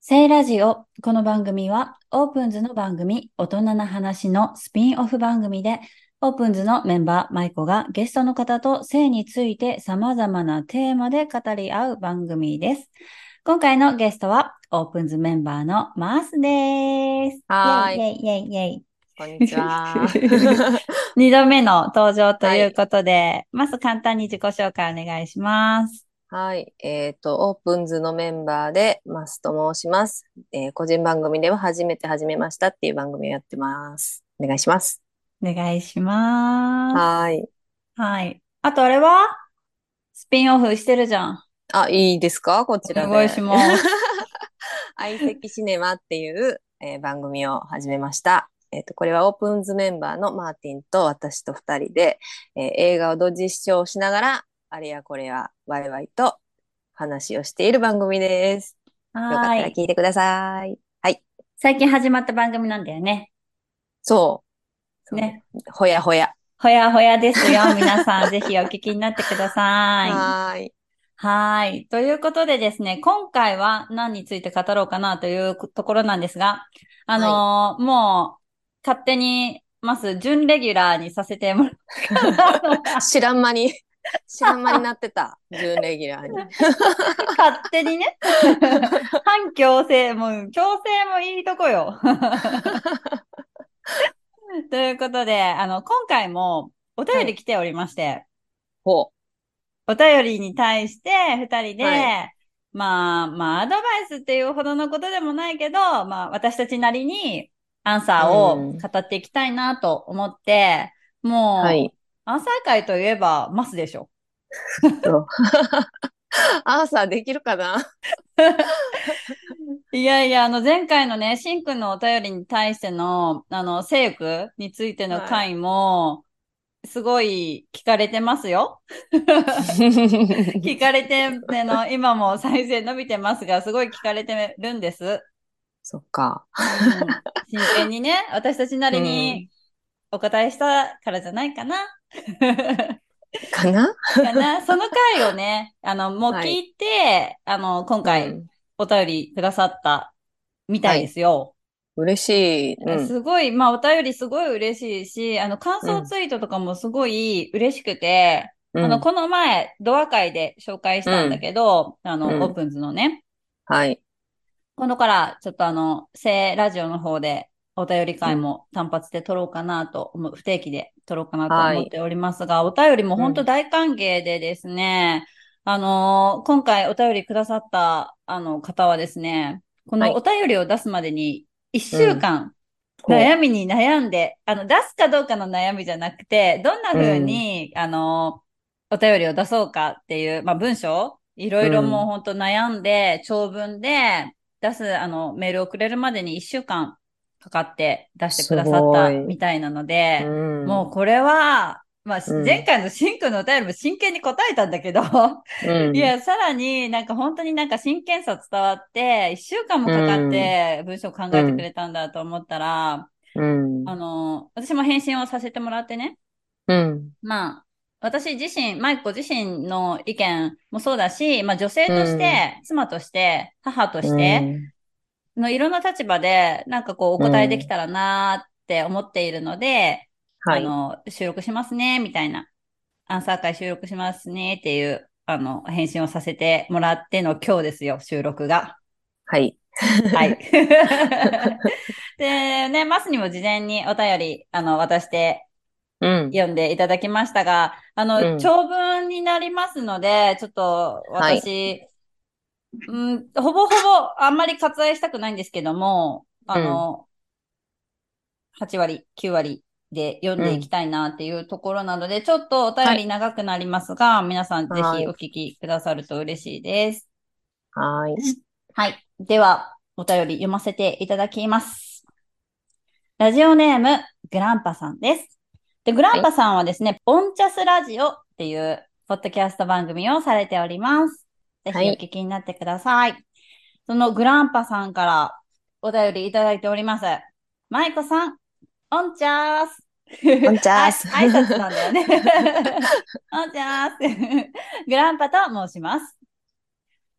聖ラジオ。この番組は、オープンズの番組、大人な話のスピンオフ番組で、オープンズのメンバー、マイコがゲストの方と性について様々なテーマで語り合う番組です。今回のゲストは、オープンズメンバーのマースです。イェイはーい、 イェイイェイイェイ。 こんにちは。 二度目の登場とはい、 いうことで、まず簡単に自己紹介お願いします。 はい、オープンズのメンバーでマスと申します。個人番組では初めて始めましたっていう番組をやってます。お願いします。 お願いします。 はーい。 はい。あとあれはスピンオフしてるじゃん。 あ、いいですかこちお願いしらで。 ます。 相席シネマっていう、番組を始めました。これはオープンズメンバーのマーティンと私と二人で、映画を同時視聴しながら、あれやこれやワイワイと話をしている番組です。よかったらはーい。 聞いてください。はい。 最近始まった番組なんだよね。 そう。そうね。 です。ほやほや。 ほやほやですよ。皆さんぜひお聞きになってください。 はーい。 はーい。ということでですね、今回は何について語ろうかなというところなんですが、 はい。 もう勝手にます準レギュラーにさせてもらうかな。 知らん間に、知らん間になってた。準レギュラーに。 勝手にね。反強制、もう強制もいいとこよ。ということで、今回もお便りはい。 来ておりまして、 ほお便りに対して二人う。はい。 で、アドバイスっていうほどのことでもないけど、私たちなりにアンうサーをん。 語っていきたいなと思って、もはい。 う、アンサー会といえば、マスでしょ。 そう。アーサーできるかな？ いやいや、前回のね、しんくんのお便りに対しての、性欲についてのはい。 回も、すごい聞かれてますよ。聞かれて、今も再生伸びてますが、すごい聞かれてるんです。 そっか。 うん。真剣にね、私たちなうりにん。 お答えしたからじゃないかな。 かな？ かな。その回をね、もうはい。 聞いて、今回うん。 お便りくださったみたいではい。 すよ。 嬉しい。うん。 すごい、お便りすごい嬉しいし、感うん。 想ツイートとかもすごい嬉しくて、 うん。 この前、ドア会で紹介したんだうん。 けど、 うん。 オープンズのね、 はい。 今度からちょっと聖ラジオの方でお便りうん。 会も単発で撮ろうかなと思う、不定期で撮ろうかなとはい。 思っておりますが、お便りも本当うん。 大歓迎でですね、今回お便りくださった方はですね、こはい。 のお便りを出すまでに1週うん。 間ほ悩みに悩んで、出すかどうかの悩みじゃなくて、どんなう。う風ん。 に、お便りを出そうかっていう、文章、いろいろもううん。 本当悩んで、長文で出す、メールをくれるまでに1週間かかって出してくすださったごい。 みたいなのうで、もうん。 これは、前うん。 回のシンくんのお便りも真剣に答えたんだけど、 うん。 いや、さらになんか本当になんか真剣さ伝わって、1週間もうかかっん。 て文章を考えてくうん。 れたんだと思ったら、 うん。 私も返信をさせてもらってね。 うん。 私自身、マイコ自身の意見もそうだし、女性うとしん。 て、妻として、母とうして、 ん。 いろんな立場で、なんかこう、おう答えできん。 たらなーって思っているので、 はい。 収録しますね、みたいな、アンサー会収録しますねっていう、返信をさせてもらっての今日ですよ、収録が。 はい。 はい。で、ね、マスにも事前にお便り、渡してうん。 読んでいただきましたが、 うん。 長文になりますので、ちょっとはい。 私、ほぼほぼあんまり割愛したくないんですけども、 うん。 8割、9割で読んうん。 でいきたいなっていうところなので、ちょっとお便りはい。 長くなりますが、皆さんぜはい。 ひお聞きくださると嬉しいです。 はい。 はい。では、お便り読ませていただきます。ラジオネーム、グランパさんです。で、グラはい。 ンパさんはですね、オンチャスラジオっていうポッドキャスト番組をされております。ぜひお聞はい。 きになってください。そのグランパさんからお便りいただいております。マイコさん、オンチャース。 こんにちは。 挨拶なんだよね。オンチャース。グランパと申します。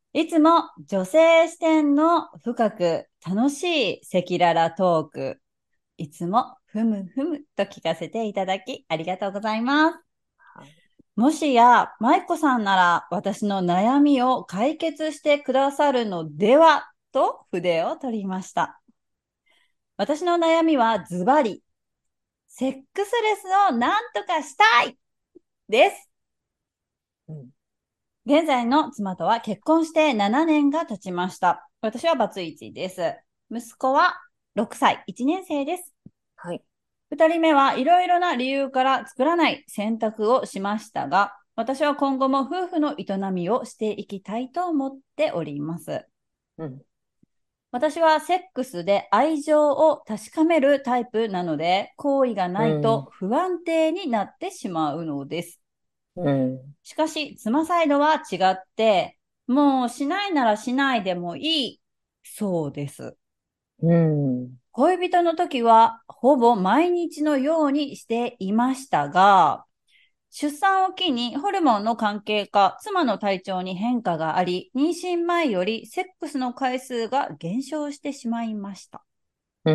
いつも女性視点の深く楽しい赤裸々トーク、いつもふむふむと聞かせていただきありがとうございます。 はい。 もしや、舞子さんなら私の悩みを解決してくださるのではと筆を取りました。私の悩みはズバリ、セックスレスをなんとかしたいです。 うん。 現在の妻とは結婚して7年が経ちました。私はバツイチです。息子は6歳、1年生です。 はい。 2人目はいろいろな理由から作らない選択をしましたが、私は今後も夫婦の営みをしていきたいと思っております。 うん。 私はセックスで愛情を確かめるタイプなので、行為がうないとん。 不安定になってしまうのです。 うん。 しかし、妻サイドは違って、もうしないならしないでもいい、そうです。 うん。 恋人の時はほぼ毎日のようにしていましたが、出産を機にホルモンの関係か妻の体調に変化があり、妊娠前よりセックスの回数が減少してしまいました。 うん。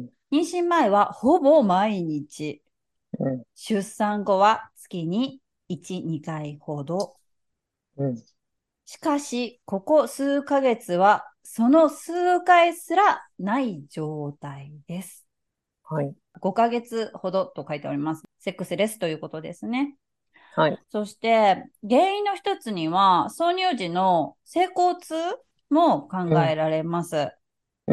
妊娠前はほぼ毎日、 うん。 出産後は月に1、2回ほど。 うん。 しかし、ここ数ヶ月はその数回すらない状態です。 はい。 5ヶ月ほどと書いております。セックスレスということですね。 はい。 そして、原因の一つには、挿入時の性交痛も考うん。 えられます。 うん。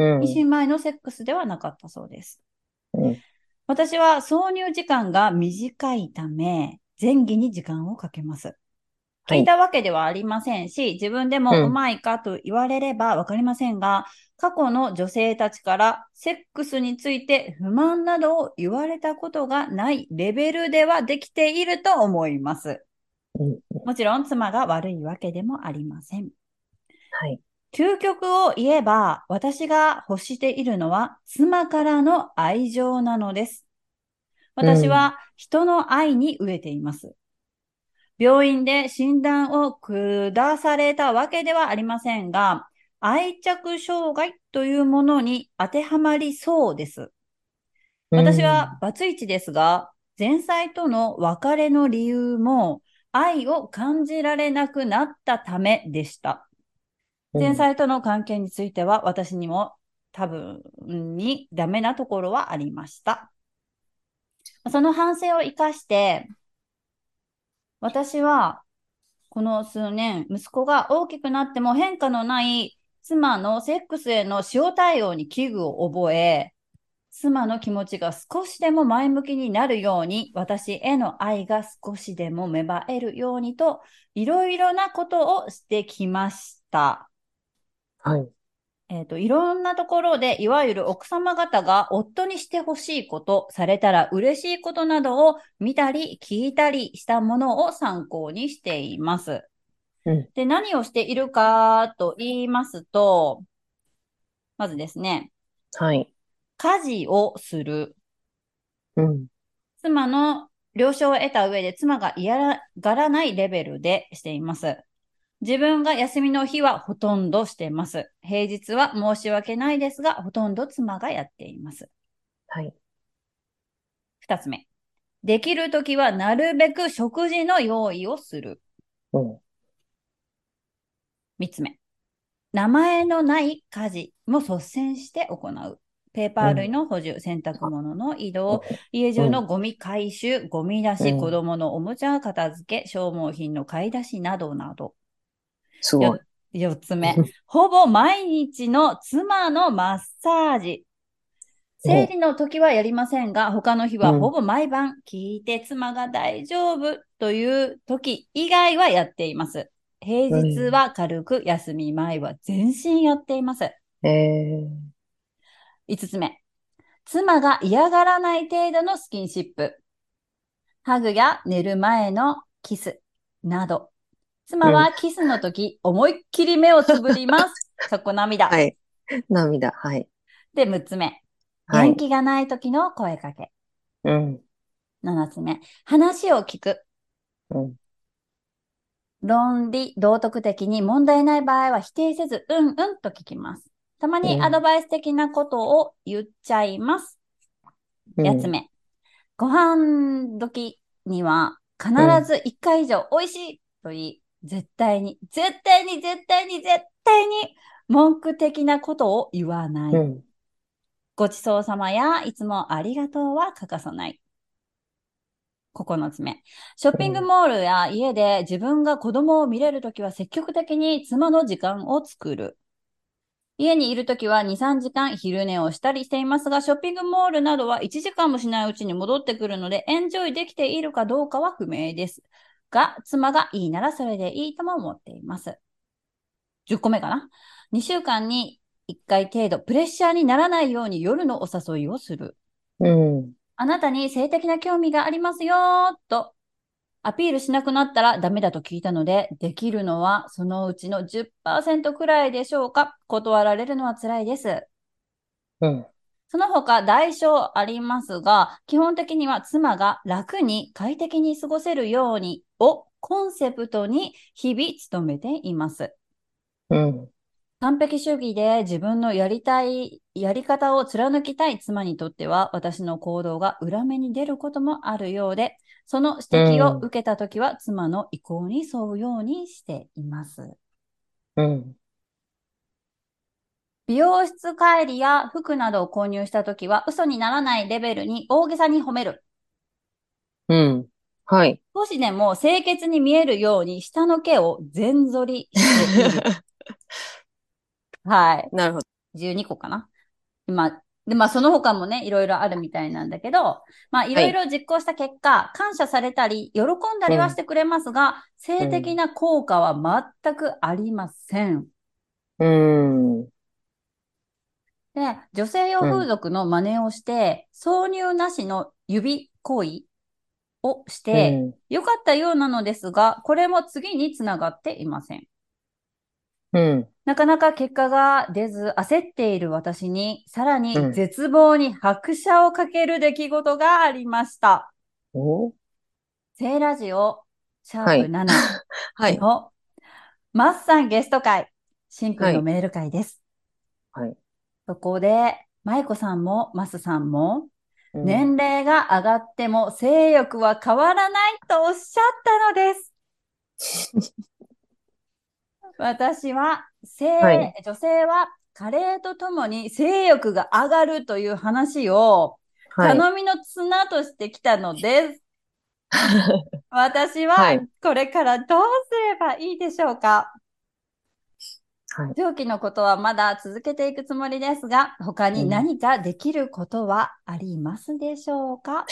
妊娠前のセックスではなかったそうです。 うん。 私は挿入時間が短いため、前儀に時間をかけます。 はい。 聞いたわけではありませんし、自分でもううん。 まいかと言われればわかりませんが、過去の女性たちからセックスについて不満などを言われたことがないレベルではできていると思います。 うん。 もちろん妻が悪いわけでもありません。 はい。 究極を言えば、私が欲しているのは妻からの愛情なのです。 うん。 私は人の愛に飢えています。病院で診断を下されたわけではありませんが、愛着障害というものに当てはまりそうです。 う私はん。 バツイチですが、前妻との別れの理由も愛を感じられなくなったためでした。 うん。 前妻との関係については私にも多分にダメなところはありました。その反省を生かして、私はこの数年、息子が大きくなっても変化のない妻のセックスへの塩対応に危惧を覚え、妻の気持ちが少しでも前向きになるように、私への愛が少しでも芽生えるようにと、いろいろなことをしてきました。 はい。 いろんなところで、いわゆる奥様方が夫にしてほしいこと、されたら嬉しいことなどを見たり聞いたりしたものを参考にしています。 うん。 で、何をしているかと言いますと、まずですね、 はい。 家事をする。 うん。 妻の了承を得た上で妻が嫌がらないレベルでしています。自分が休みの日はほとんどしています。平日は申し訳ないですが、ほとんど妻がやっています。 はい。 二つ目。できるときはなるべく食事の用意をする。 うん。 三つ目。名前のない家事も率先して行う。ペーパうん。 ー類の補充、洗濯物の移動、家うん。 中のゴミ回収、ゴミ出し、子うん。 供のおもちゃ片付け、消耗品の買い出しなどなど。よ、 すごい。 四つ目、ほぼ毎日の妻のマッサージ。生お。 理の時はやりませんが、他の日うん。 はほぼ毎晩聞いて妻が大丈夫という時以外はやっています。平うん。 日は軽く、休み前は全身やっています。 え 5つ目。妻が嫌がらない程度のスキンシップ。ハグや寝る前のキスなど。妻うん。 はキスの時、思いっきり目をつぶります。そこ涙。 はい。涙。はい。 で、6つ目。 はい。 元気がない時の声かけ。 うん。 7つ目。話を聞く。 うん。 論理、道徳的に問題ない場合は否定せず、うんうんと聞きます。たまにアドバイス的なことを言っちゃいます。8つ目。ご飯時には必ず1回以上美味しいと言い、絶対に文句的なことを言わない。ごちそうさまやいつもありがとうは欠かさない。9つ目。ショッピングモールや家で自分が子供を見れるときは積極的に妻の時間を作る。家にいるときは2、3時間昼寝をしたりしていますが、ショッピングモールなどは1時間もしないうちに戻ってくるので、エンジョイできているかどうかは不明です。が、妻がいいならそれでいいとも思っています。10個目かな。2週間に1回程度、プレッシャーにならないように夜のお誘いをする。あなたに性的な興味がありますよとアピールしなくなったらダメだと聞いたので、できるのはそのうちの 10% くらいでしょうか。断られるのは辛いです。その他代償ありますが、基本的には妻が楽に快適に過ごせるようにをコンセプトに日々努めています。完璧主義で自分のやりたいやり方を貫きたい妻にとっては、私の行動が裏目に出ることもあるようで、その指摘を受けたときは、妻の意向に沿うようにしています。美容室帰りや服などを購入したときは、嘘にならないレベルに大げさに褒める。 はい。 少しでも清潔に見えるように下の毛を全剃りしている。はい。 なるほど。 12個かな。で、その他もね、いろいろあるみたいなんだけど、いろいろ実行した結果、感謝されたり、喜んだりはしてくれますが、性的な効果は全くありません。で、女性用風俗の真似をして、挿入なしの指行為をして、よかったようなのですが、これも次につながっていません。なかなか結果が出ず焦っている私に、さらに絶望に拍車をかける出来事がありました。聖ラジオ#7のマッサンゲスト会、しんくんのメール会です。そこで、舞子さんもマスさんも、年齢が上がっても性欲は変わらないとおっしゃったのです。私は、女性は加齢とともに性欲が上がるという話を頼みの綱としてきたのです。私はこれからどうすればいいでしょうか。上記のことはまだ続けていくつもりですが、他に何かできることはありますでしょうか。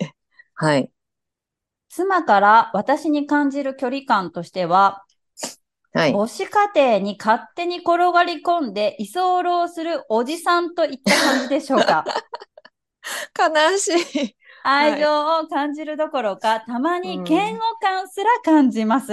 妻から私に感じる距離感としては、母子家庭に勝手に転がり込んで居候するおじさんといった感じでしょうか。 悲しい。 愛情を感じるどころか、たまに嫌悪感すら感じます。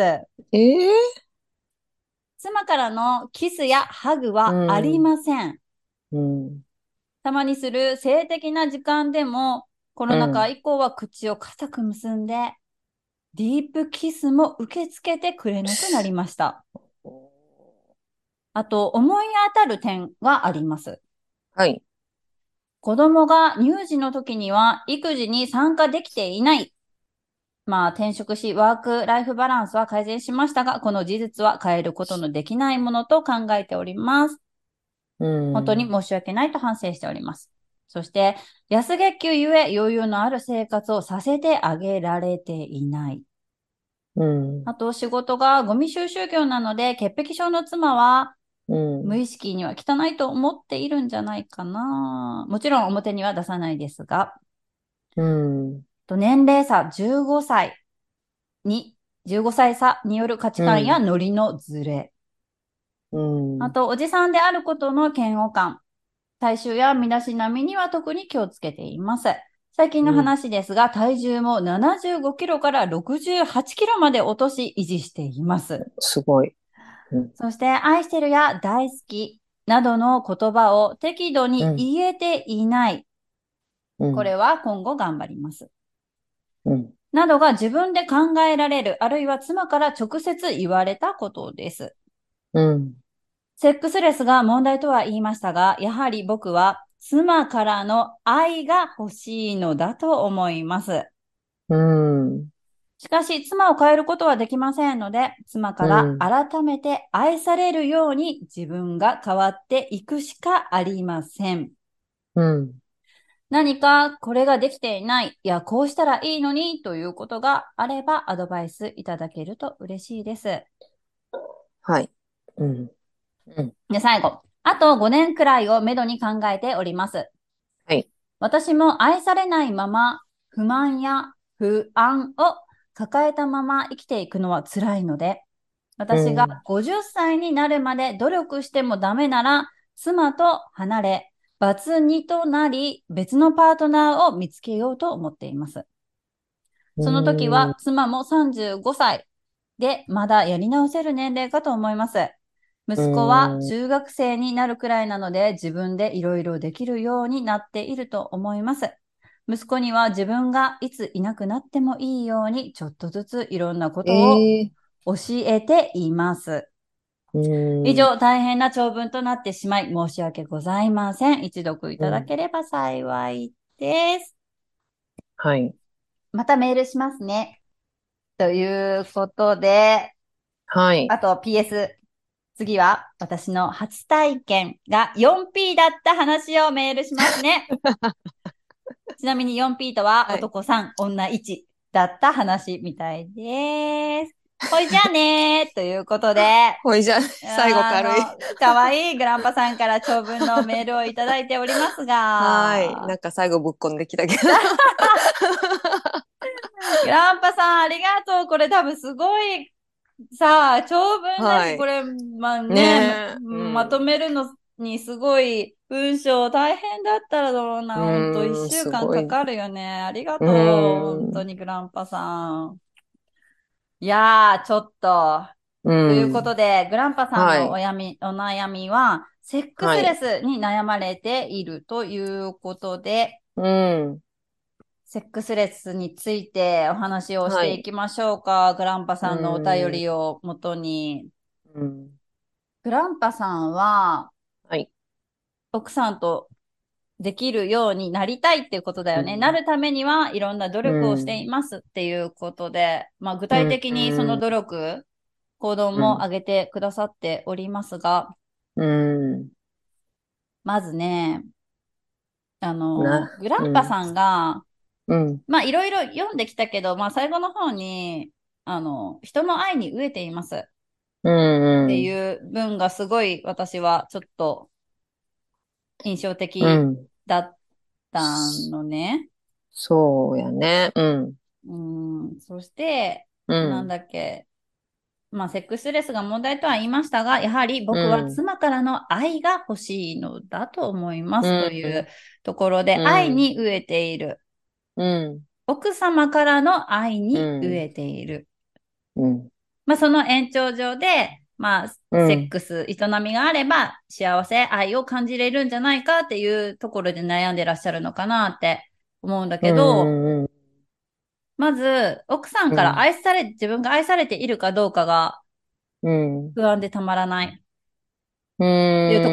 妻からのキスやハグはありません。たまにする性的な時間でも、コロナ禍以降は口を固く結んで、ディープキスも受け付けてくれなくなりました。あと、思い当たる点があります。子供が乳児の時には育児に参加できていない。転職し、ワークライフバランスは改善しましたが、この事実は変えることのできないものと考えております。本当に申し訳ないと反省しております。そして、安月給ゆえ余裕のある生活をさせてあげられていない。あと、仕事がゴミ収集業なので、潔癖症の妻は、無意識には汚いと思っているんじゃないかな。もちろん表には出さないですが。年齢差15歳差による価値観やノリのズレ。あと、おじさんであることの嫌悪感。体臭や身だしなみには特に気をつけています。最近の話ですが、体重も75キロから68キロまで落とし維持しています。 すごい。 そして、愛してるや大好きなどの言葉を適度に言えていない。これは今後頑張ります。 などが自分で考えられる、あるいは妻から直接言われたことです。 うん。 セックスレスが問題とは言いましたが、やはり僕は妻からの愛が欲しいのだと思います。 うん。 しかし、妻を変えることはできませんので、妻うからん。 改めて愛されるように自分が変わっていくしかありません。 うん。 何かこれができていない、いや、こうしたらいいのにということがあればアドバイスいただけると嬉しいです。 はい。うん。うん。 で、最後。あと5年くらいをめどに考えております。 はい。 私も愛されないまま不満や不安を抱えたまま生きていくのは辛いので、 う私がん。 50歳になるまで努力してもダメなら、妻と離れ、バツ2となり、別のパートナーを見つけようと思っています。 うその時ん。 は妻も35歳でまだやり直せる年齢かと思います。 う息子はん。 中学生になるくらいなので自分でいろいろできるようになっていると思います。息子には自分がいついなくなってもいいようにちょっとずついろんなことをええ教えています。 うん。 以上、大変な長文となってしまい申し訳ございません。一読いただうん。 ければ幸いです。 はい。 またメールしますね。ということで、 はい。 あと PS、次は私の初体験が 4P だった話をメールしますね。ちなみに 4P とははい。 男3、女1だった話みたいです。ほいじゃあねーということで、 ほいじゃあ、最後軽い。 かわいいグランパさんから長文のメールをいただいておりますはい。 が、 なんか最後ぶっこんできたけど。 グランパさんありがとう。これ多分すごいさあ、長文だし、こはい。 れ、まあね、 ねえ。うまとん。 めるのにすごい文章大変だったらだろうな。ほんと、一うーん、 週すごい。 間かかるよね。ありがうとう。本ーん。 当にグランパさん。いやー、ちょっと。 うということん。 で、グランパさんのはい。 お悩みは、セックスレはい。 スに悩まれているということで、 うん。 セックスレスについてお話をしはい。 ていきましょうか。グランパうさんのお便ん。 りをもとに。 うん。 グランパさんは、 はい。 奥さんとできるようになりたいっていうことだよね。なうん。 るためにはいろんな努う力をしていん。 ますっていうことで、まあ具うん。 体的にその努力、行動うん。 も挙げてくださっておりますが、 うん。 まずね、グラうん。 ンパさんが、 うん。 まあいろいろ読んできたけど、まあ最後の方に、人の愛に飢えていますっうてん。 いう文がすごい私はちょっと印象的うん。 だったのね。 そうやね。うん。 そして、 うなんん。 だっけ、まあ、セックスレスが問題とは言いましたが、やはりう僕はん。 妻からの愛が欲しいのだと思いまうすというん。 ところで、愛うん。 に飢えている。 うん。 奥様からの愛うに飢えん。 ている。 うん。 まあ、その延長上で、まあ、セッうん。 クス、営みがあれば、幸せ、愛を感じれるんじゃないかっていうところで悩んでらっしゃるのかなって思うんだうけど、 ん。 まず、奥さんからうん。 自分が愛されているかどうかがうん。 不安でたまらないっうん。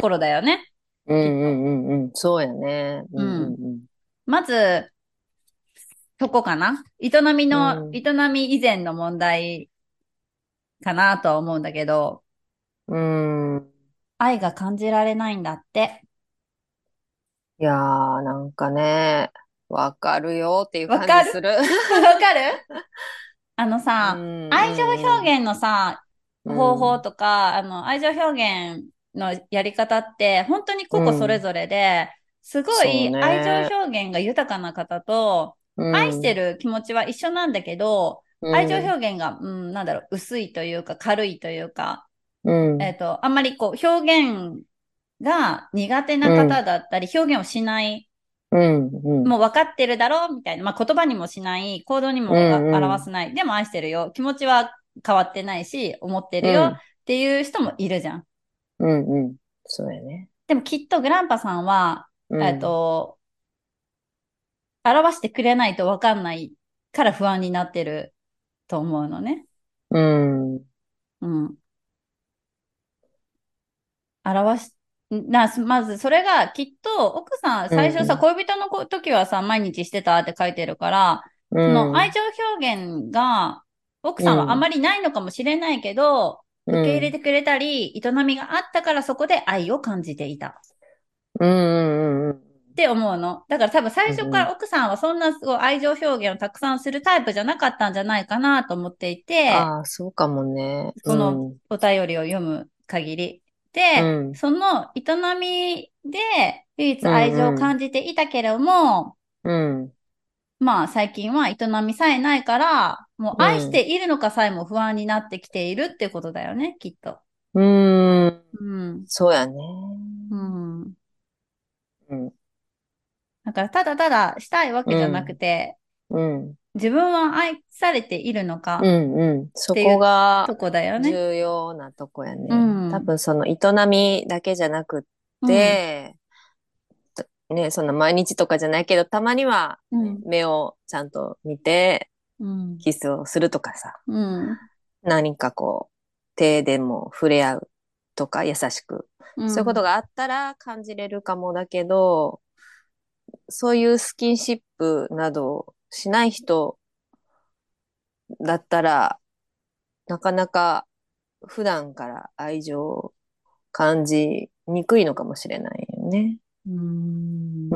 ていうところだよね。 うん。 きっと。 うん。うん。そうやね。ううん。うん。 ん。 まず、そこかな。 うん。 営み以前の問題かなとは思うんだけど、 うん。 愛が感じられないんだって。 いやー、なんかね、わかるよっていうわかる感じする。 わかるう愛情ん。うん。 表現のさ、 う方法ん。 とか、愛情表現のやり方って、本当に個う 々それん。 ぞれで、すごそうい愛情ね。 表現が豊かな方と、 う愛してん。 る気持ちは一緒なんだけど、 う愛情ん。 表現が、なんだろう、薄いというか、軽いというか、 うん。 あんまりこう、表現が苦手なうん。 方だったり、表現をしないうん。うん。 もう分かってるだろうみたいな。まあ、言葉にもしない、行動にうも表ん。 さない。でも愛してるよ。気持ちは変わってないし、思ってるよっうん。 ていう人もいるじゃん。 うん。うん。そうやね。 でもきっとグランパさんは、 うん。 表してくれないと分かんない。 から不安になってると思うのね。 うん。 うん。表し、まずそれがきっと奥さん、 う最初さ、 ん。 恋人の時はさ、毎日してたって書いてるから、 うその愛ん。 情表現が奥うん。 さんはあまりないのかもしれないけど、 う受け入れん。 てくれたり、営みがあったからそこで愛を感じていたっうん。うん。 て思うの。だから多分最うん。 初からうん。 奥さんはそんなすごい愛情表現をたくさんするタイプじゃなかったんじゃないかなと思っていて、 ああ、そうかもね。うこのん。 お便りを読む限り。で、 うん。 その営みで唯一う愛情をん。うん。 感じていたけれども、 うん。 まあ最近は営みさえないから、もううん。 愛しているのかさえも不安になってきているってことだよね、きっと。 うん。 うん。 そうやね。 うん。 うん。 だからただただしたいわけじゃなくうん。 て、 うん。 自分は愛されているのうかん。うん。そこっていうがとこだよね。 重要なとこやうね。多ん。 分その営みだけじゃなくっうん。 て、ね、そんな毎日とかじゃないけど、たまには、ね、 うん。 目をちゃんと見て、 うん。 キスをするとかさ、 うん。 何かこう、手でも触れ合うとか、優しく。そういうことうん。 があったら感じれるかもだけど、そういうスキンシップなどしない人だったら、なかなか普段から愛情を感じにくいのかもしれないよね。 うーうん。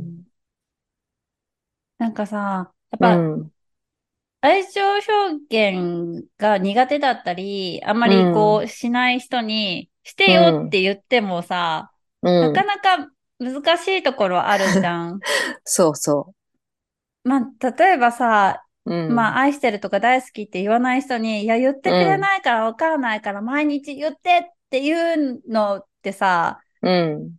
ん。なんかさ、やっぱうん。 愛情表現が苦手だったり、あんまうりこん。 うしない人にしてうよっん。 て言ってもさ、 うなかん。 なか難しいところあるじゃん。 そうそまあ、例えばさ、 う。うまあ、 ん。 愛してるとか大好きって言わない人に、いや、言ってくれうん。 ないからわからないから毎日言ってっていうのってさ、 うん。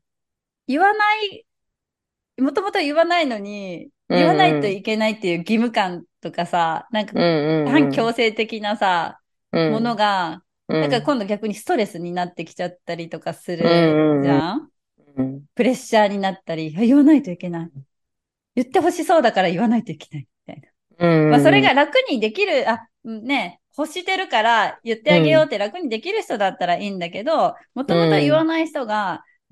言わない、もともと言わないのに、 う言わないとん。うん。 いけないっていう義務感とかさ、なんかうん。うん。 反強制的なさ、ものうん。 が、なんかうん。 今度逆にストレスになってきちゃったりとかすうるじん。 ゃん。 うん。 プレッシャーになったり、いや言わないといけない。言ってほしそうだから言わないといけない。みたいな。 うまあそれん。 が楽にできる、ね、欲してるから言ってあげようって楽にできる人だったらいいんだけど、もうともと言わん。 ない人がうん。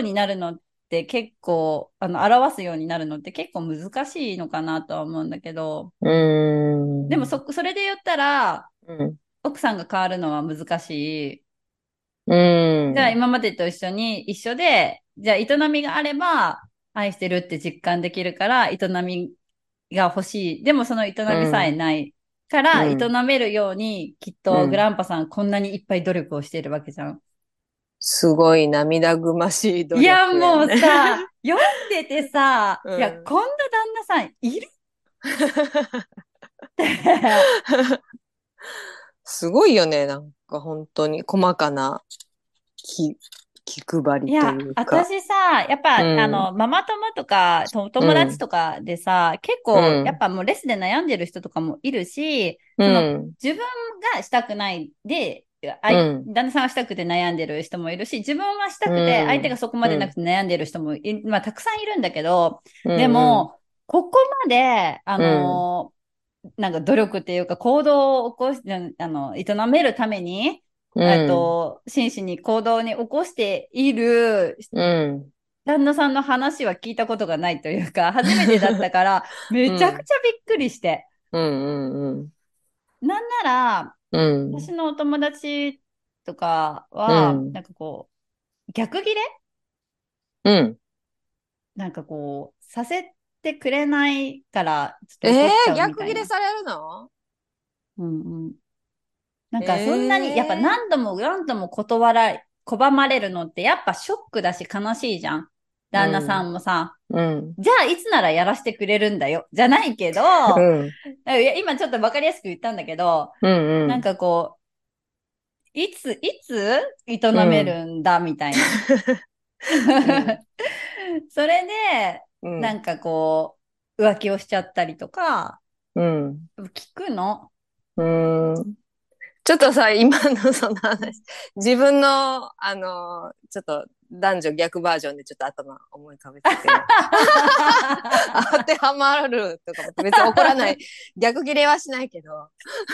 言うようになるのって結構、表すようになるのって結構難しいのかなとは思うんだけど、 うん。 でもそれで言ったら、 うん。 奥さんが変わるのは難しい。 うん。 じゃあ今までと一緒で、じゃあ営みがあれば愛してるって実感できるから営みが欲しい。でもその営みさえうん。 ないから営うん。 めるようにきっうん。 とグランパさんこんなにいっぱい努力をしているわけじゃん。 すごい涙ぐましい努いやもう力やね。 さ、読んでてさ、いや、 うん。 こんな旦那さんいるって。 すごいよね。なんか本当に細かな気、気配りといいや、 うか。 私さ、やっぱ、 うん。 ママ友とか、友達うん。 とかでさ、結う構、やっん。 ぱもうレスで悩んでる人とかもいるし、 うその、 ん。 自分がしたくないで、 うん。 旦那さんはしたくて悩んでる人もいるし、自分はしたうくて、相手がん。 そこまでなくうん。 て悩んでる人もまあ、たくさんいるんだけど、 うん。 でも、ここまで、 うん。 なんか努力っていうか行動を起こし、営めるために、 うん。 真摯に行動に起こしているうん。 旦那さんの話は聞いたことがないというか、初めてだったから、めちゃくうん。 ちゃびっくりして。 うん。うん。 なんなら、 うん。 私のお友達とかうは、 ん。 なんかこう、逆ギレうん。 なんかこう、させてくれないから、ちょっと怒っちゃうみ逆たいな。 ギレされるの？ うんうん。なんかそんなに、やっぱええ何度も何度も拒まれるのってやっぱショックだし悲しいじゃん。 う旦那さん。 んもさ。 うん。 じゃあいつならやらせてくれるんだよ。じゃないけど、 うん。 いや今ちょっとわかりやすく言ったんだけど、 うん。うなんん。 かこいつ営うん。 めるんだみたいな。 うん。 それで、 うん。 なんかこ浮気をしちゃったりとか、 うん。 聞くの。 うん。ちょっとさ、今のその話、自分の、ちょっと男女逆バージョンでちょっと頭思い浮かべてて、当てはまるとか思って別に怒らない、逆ギレはしないけど、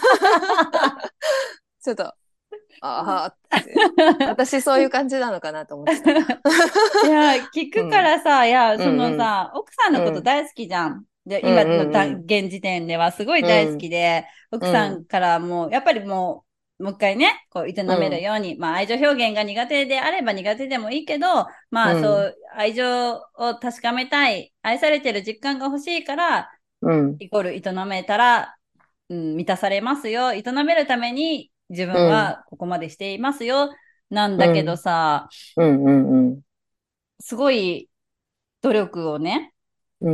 ちょっと、ああって、私そういう感じなのかなと思ってた。 いや、聞くかうん、 らさ、いや、そうん、うん、 のさ、奥さんのことうん、 大好きじゃん。で、 うん、 今のうん、 現時点ではすごいう大好ん、 きで、奥うん、 さんからもう、やっぱりもう一回ね、こう、営めるうん、 ように、まあ、愛情表現が苦手であれば苦手でもいいけど、まあ、そうん、 う、愛情を確かめたい、愛されてる実感が欲しいから、 うん、 イコール営めたら、うん、満たされますよ。営めるために自う分ん、 はここまでしていますよ。なんだけどうん、 さ、 うん、うん、うん、 すごい努力をね、 うん、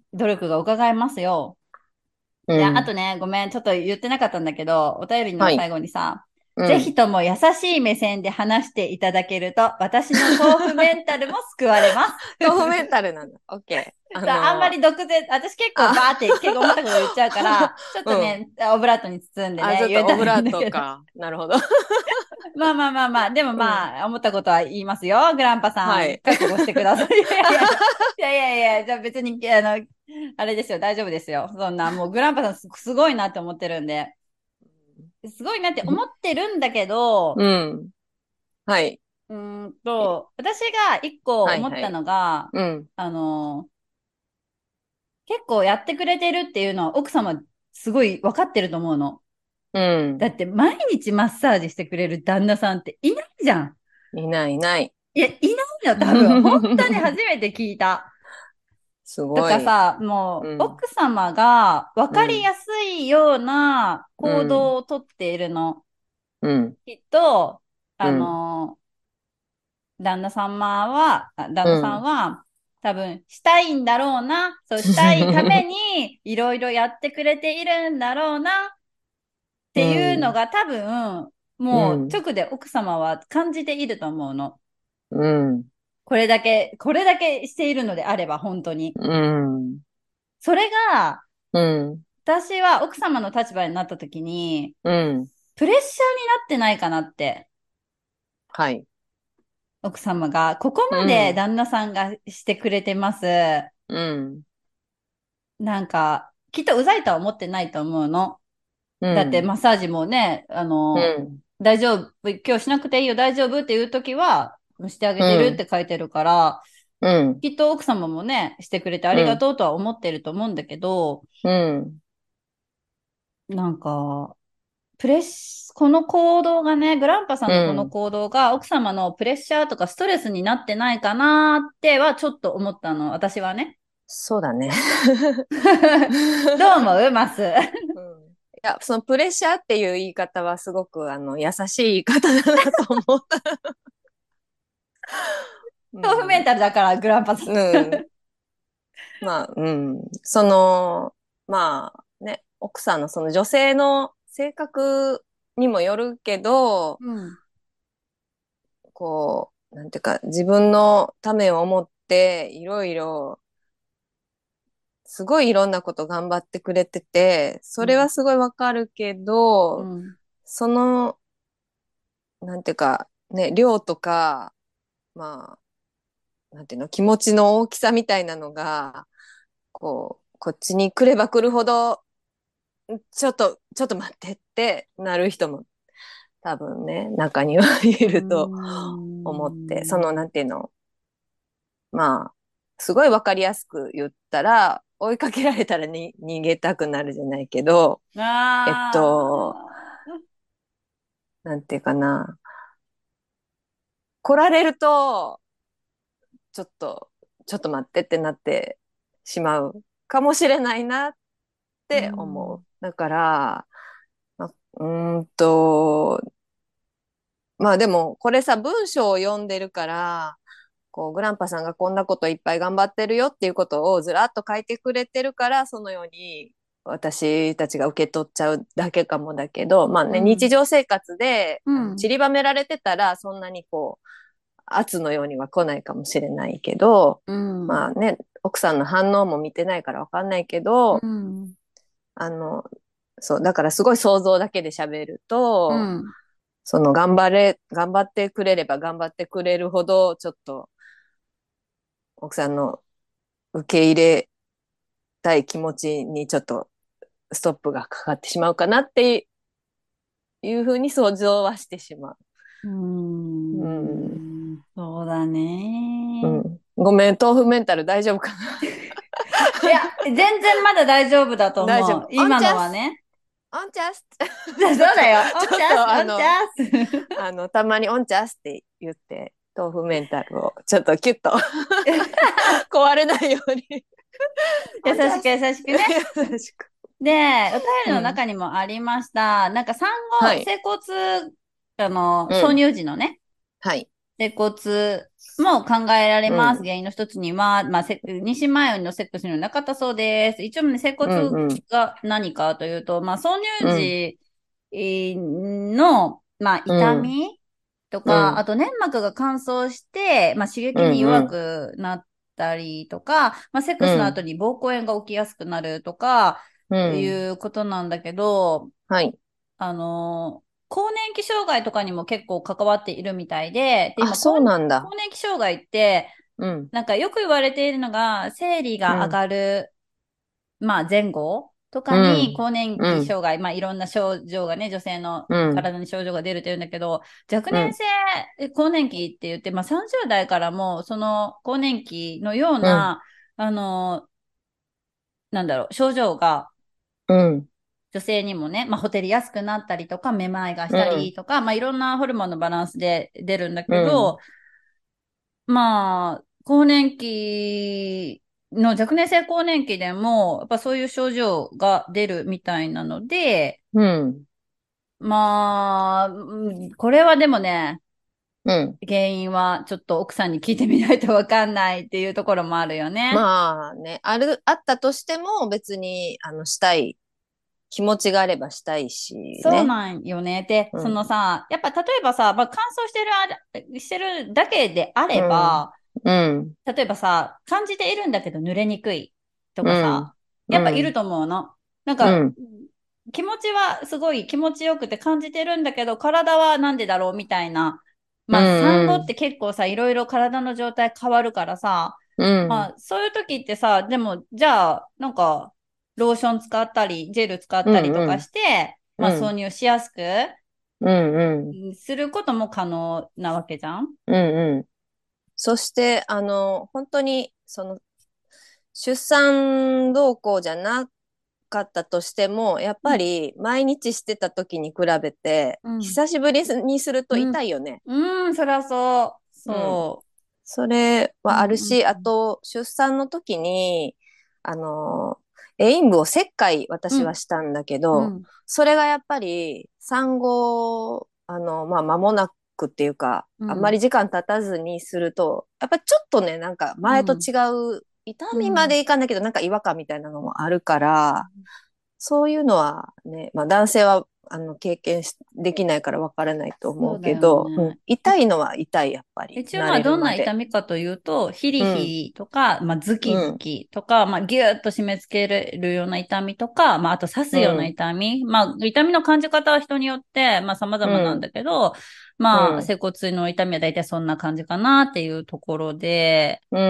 努力が伺えますよ。で、あうん、 とね、ごめん、ちょっと言ってなかったんだけど、お便りはい、 の最後にさ、 うん。 ぜひとも優しい目線で話していただけると、私の豆腐メンタルも救われます。 豆腐メンタルなんだ。オッケー。 あんまり毒舌、私結構あ、 バーって結構思ったこと言っちゃうから、ちょっとうん。 ね、オブラートに包んであ、ちね、 ょっ言えたらいいとオブラーんだけど。 トか。なるほど。 まあまあまあまあ、でもうん。 まあ、思ったことは言いますよ。グランパさん、 はい。 覚悟してください。いやいやいや、いやいやいや、じゃあ別に、あれですよ、大丈夫ですよ。そんな、もうグランパさんすごいなって思ってるんで、すごいなって思ってるんだけど、 うん。はい。 私が一個はい、 思ったはい。 のが、 うん。 あの、結構やってくれてるっていうのは奥様すごい分かってると思うの。 うん。 だって毎日マッサージしてくれる旦那さんっていないじゃん。 いない、いない。 いや、いないの、多分。本当に初めて聞いた。 すとごい。 かさ、もう、 うん。 奥様が分かりうん。 やすいようなうん。 行動をとっているの。 うん。 きっと、あうん。 の、旦那さんうん。 は、多分、したいんだろうな。そうしたいために、いろいろやってくれているんだろうな。っうていうのん。 が多分、 うもうん。 直で奥様は感じていると思うの。 うん。 これだけしているのであれば、本当に。 うん。 それが、 うん。 私は奥様の立場になった時に、 うん。 プレッシャーになってないかなって、 はい。 奥様が、ここうまでん。 旦那さんがしてくれてます。 うん。 なんか、きっとうざいとは思ってないと思うの。だってうん。 マッサージもね、 うん。 大丈夫、今日しなくていいよ、大丈夫っていう時は、してあげうてるっん。 て書いてるから、 うん。 きっと奥様もね、してくれてありがうん。 とうとは思ってると思うんだけど、 うん。 なんか、この行動がね、グランパさんのこのうん。 行動が奥様のプレッシャーとかストレスになってないかなってはちょっと思ったの、私はね。 そうだね。 どう思うマス。 うん、いや、そのプレッシャーっていう言い方はすごく優しい言い方だなと思った。う豆腐メンん。 タルだから、グランパさん。 うん。まあ、うん。まあね、奥さんのその女性の性格にもよるけど、 うん。 こう、なんていうか、自分のためを思って、いろいろ、すごいいろんなこと頑張ってくれてて、それはすごいわかるけど、 うん。 その、なんていうか、ね、量とか、まあ、なんていうの、気持ちの大きさみたいなのが、こっちに来れば来るほど、ちょっと待ってってなる人も多分ね、中にはいうーると思って、その、 ん。 なんていうの、まあ、すごいわかりやすく言ったら、追いかけられたらに逃げたくなるじゃないけど、えっと、 あなんていうかな、来られると、ちょっと、ちょっと待ってってなってしまうかもしれないなっー、うて思う。 ん。 だから、まうーんと、まあでも、これさ、文章を読んでるから、グランパさんがこんなこといっぱい頑張ってるよっていうことをずらっと書いてくれてるから、そのように私たちが受け取っちゃうだけかもだけど、まあね、日うん。 常生活でうん。 散りばめられてたら、そんなに圧のようには来ないかもしれないけど、 うん。 まあね、奥さんの反応も見てないからわかんないけうど、 ん。 あの、そう、だからすごい想像だけで喋ると、 うん。 頑張ってくれれば頑張ってくれるほど、ちょっと奥さんの受け入れたい気持ちにちょっとストップがかかってしまうかなっていうふうに想像はしてしまう。 うーうん。 そうだね。 うん。ごめん、豆腐メンタル大丈夫かな？ いや、全然まだ大丈夫だと思う。 大丈夫。オン今チャス、 のはね。 オンチャス。 そうちょっと、 だよ。オンチャス、 ちょっとオンチャス。 たまにオンチャスって言って、豆腐メンタルをちょっとキュッと壊れないようにオンチ優しくャス。 優しくね。 優しく。 で、お便りのうん。 中にもありました。なんか産後、 はい。 整骨、挿うん。 入時のね、 はい。 整骨も考えられます。 うん。 原因の一つには、妊娠前のセックスにはなかったそうです。一応ね、整うん。 骨うん。 が何かというと、挿入うん。 時の、 う痛ん。 みとか、あうん。 と粘膜が乾燥して、刺激に弱うん。 くなったりとか、セックスの後うん。 に膀胱炎が起きやすくなるとか、 ういん。 うことなんだけど、 はい。 更年期障害とかにも結構関わっているみたいで、 あ、 今、 そうなんだ。 更年期障害って、 うん。 なんかよく言われているのが、生理が上うん。 がる、前後とうかにん。 更年うん。 期障害、いろんな症状がね、女性のうん。 体に症状が出るって言うんだけど、若年うん。 性更年期って言って、30代からもその更年期のよううん。 な、症状がうん。 女性にもね、ほてりやすくなったりとか、めまいがしたりうん。 とか、いろんなホルモンのバランスで出るんだうん。 けど、更年期の若年性更年期でも、やっぱそういう症状が出るみたいなので、 うん。 これはでもね、 うん。 原因はちょっと奥さんに聞いてみないとわかんないっていうところもあるよね。 まあね、あったとしても別に、したい、気持ちがあればしたいしね。 そうなんよね。で、そうん。 のさ、やっぱ例えばさ、乾燥してるだけであれうん。 ば、 うん。 例えばさ、感じているんだけど濡れにくいとうん。 かさ、 うやっぱいるん。 と思うの。なんか、 うん。 気持ちはすごい気持ちよくて感じてるんだけど、体はなんでだろうみたいな。 う産後っん。 て結構さ、いろいろ体の状態変わるからさ、 うん。 そういう時ってさ、でも、じゃあ、なんか、ローション使ったり、ジェル使っうん。 たりとかうん。 して、挿うん。 入しやすくうん。 することも可能なわけじゃん。 うん。うん。そして、本当に、出産動向じゃなかったとしても、やっうん。 ぱり毎日してた時に比べて、 うん。 久しぶりにするとうん。 痛いよね。 うん、そりゃそう。 うん。 そそれう。うはあるんし、あと、出産の時に、あの、陰部を切開うん。 私はしたんだけど、 うん。 それがやっぱり産後、間もなくっていうか、あんまうん。 り時間経たずにすると、やっぱちょっとね、なんかうん。 前と違う、痛みまうん。 でいかんだけど、なんか違和感みたいなのもあるから、そういうのはね、男性は経験できないからわからないと思うそうだよけど、うん、 ね。 痛いのは痛い、やっぱり。 一応慣れどんなるまで。 痛みかというと、ヒリヒうん、 リとか、ズキズうん、 キとか、ギューッと締め付けるような痛みとか、あと刺すようなうん、 痛み。痛みの感じ方は人によって、様う 々なんだん、 けど、 うん、 整骨の痛みは大体そんな感じかなっていうところで、 うん、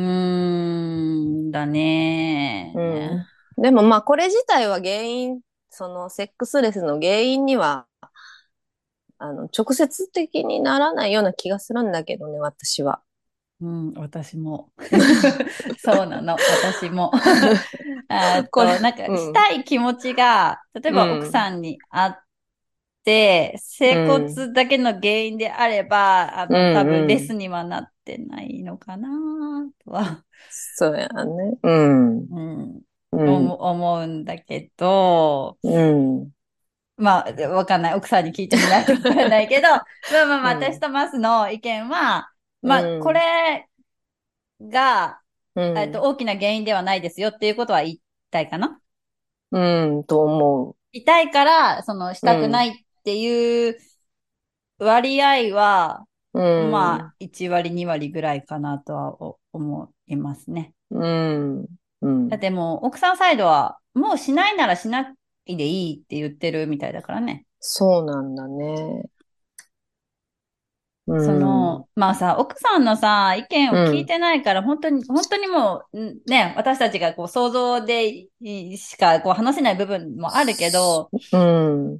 だうね。 ん。でもまあ、これ自体は原因、セックスレスの原因には、直接的にならないような気がするんだけどね、私は。 うん、私も。そうなの、私も。 これ、 なんか、しうん、 たい気持ちが、例えうば奥ん、 さんにあって、 う整ん、 骨だけの原因であれば、 う多分ん、うん。 レスにはなってないのかな、とは、 そうやね。うん、 うん、 うん、 思うんだけど、 うん、 わかんない。奥さんに聞いてみないとわかんないけど、私うん、 とマスの意見は、 うこん、 れが、 うん、 大きな原因ではないですよっていうことは言いたいかな。 うん、と思痛いから、しう。うたくなん、 いっていう割合は、 うん、 1割、2割ぐらいかなとは思いますね。 うん、うん。 だってもう、奥さんサイドは、もうしないならしないでいいって言ってるみたいだからね。 そうなんだね。うん。 まあさ、奥さんのさ、意見をうん。 聞いてないから、本当にもう、ね、私たちがこう想像でしかこう話せない部分もあるけど、 うん。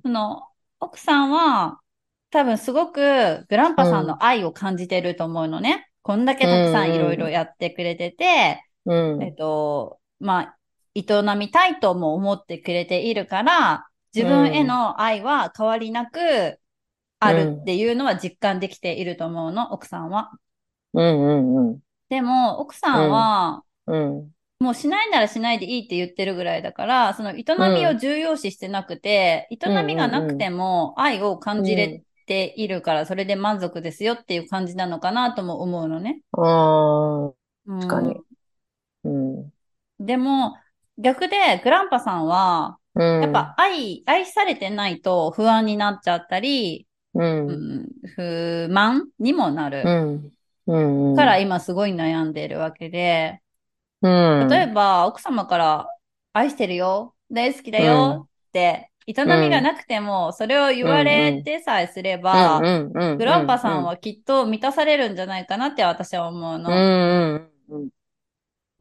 その、奥さんは、多分すごくグランパさんうん。 の愛を感じてると思うのね。こんだけうたくさんいろいろん。 やってくれてて、 うん。 まあ、営みたいとも思ってくれているから、自う分へん。 の愛は変わりなくあるっうん。 ていうのは実感できていると思うの、奥さんは。 うん。うん。 でも、奥さんうん。 は、 うん。 もうしないならしないでいいって言ってるぐらいだから、その営うん。 みを重要視してなくて、営うん。 みがなくうん。 ても愛を感じれうん。 ているから、それで満足ですよっていう感じなのかなとも思うのね。 ああ、 う確かに。 ん。 うん。 でも、逆で、グランパさんは、 うやっぱん。 愛されてないと不安になっちゃったり、 うん。 うん、不満にもなる。 うん。うん。うん。 から今すごい悩んでいるわけで、 う例えん。 ば奥様から愛してるよ、大好きだうん。 よって営みがうん。 なくてもそれを言うん。 われうん。 てさえすれうん。 ば、 うん。うん。 グランパさんうん。 はきっと満たされるんじゃないかなって私は思ううの。 ん。うん。 うん。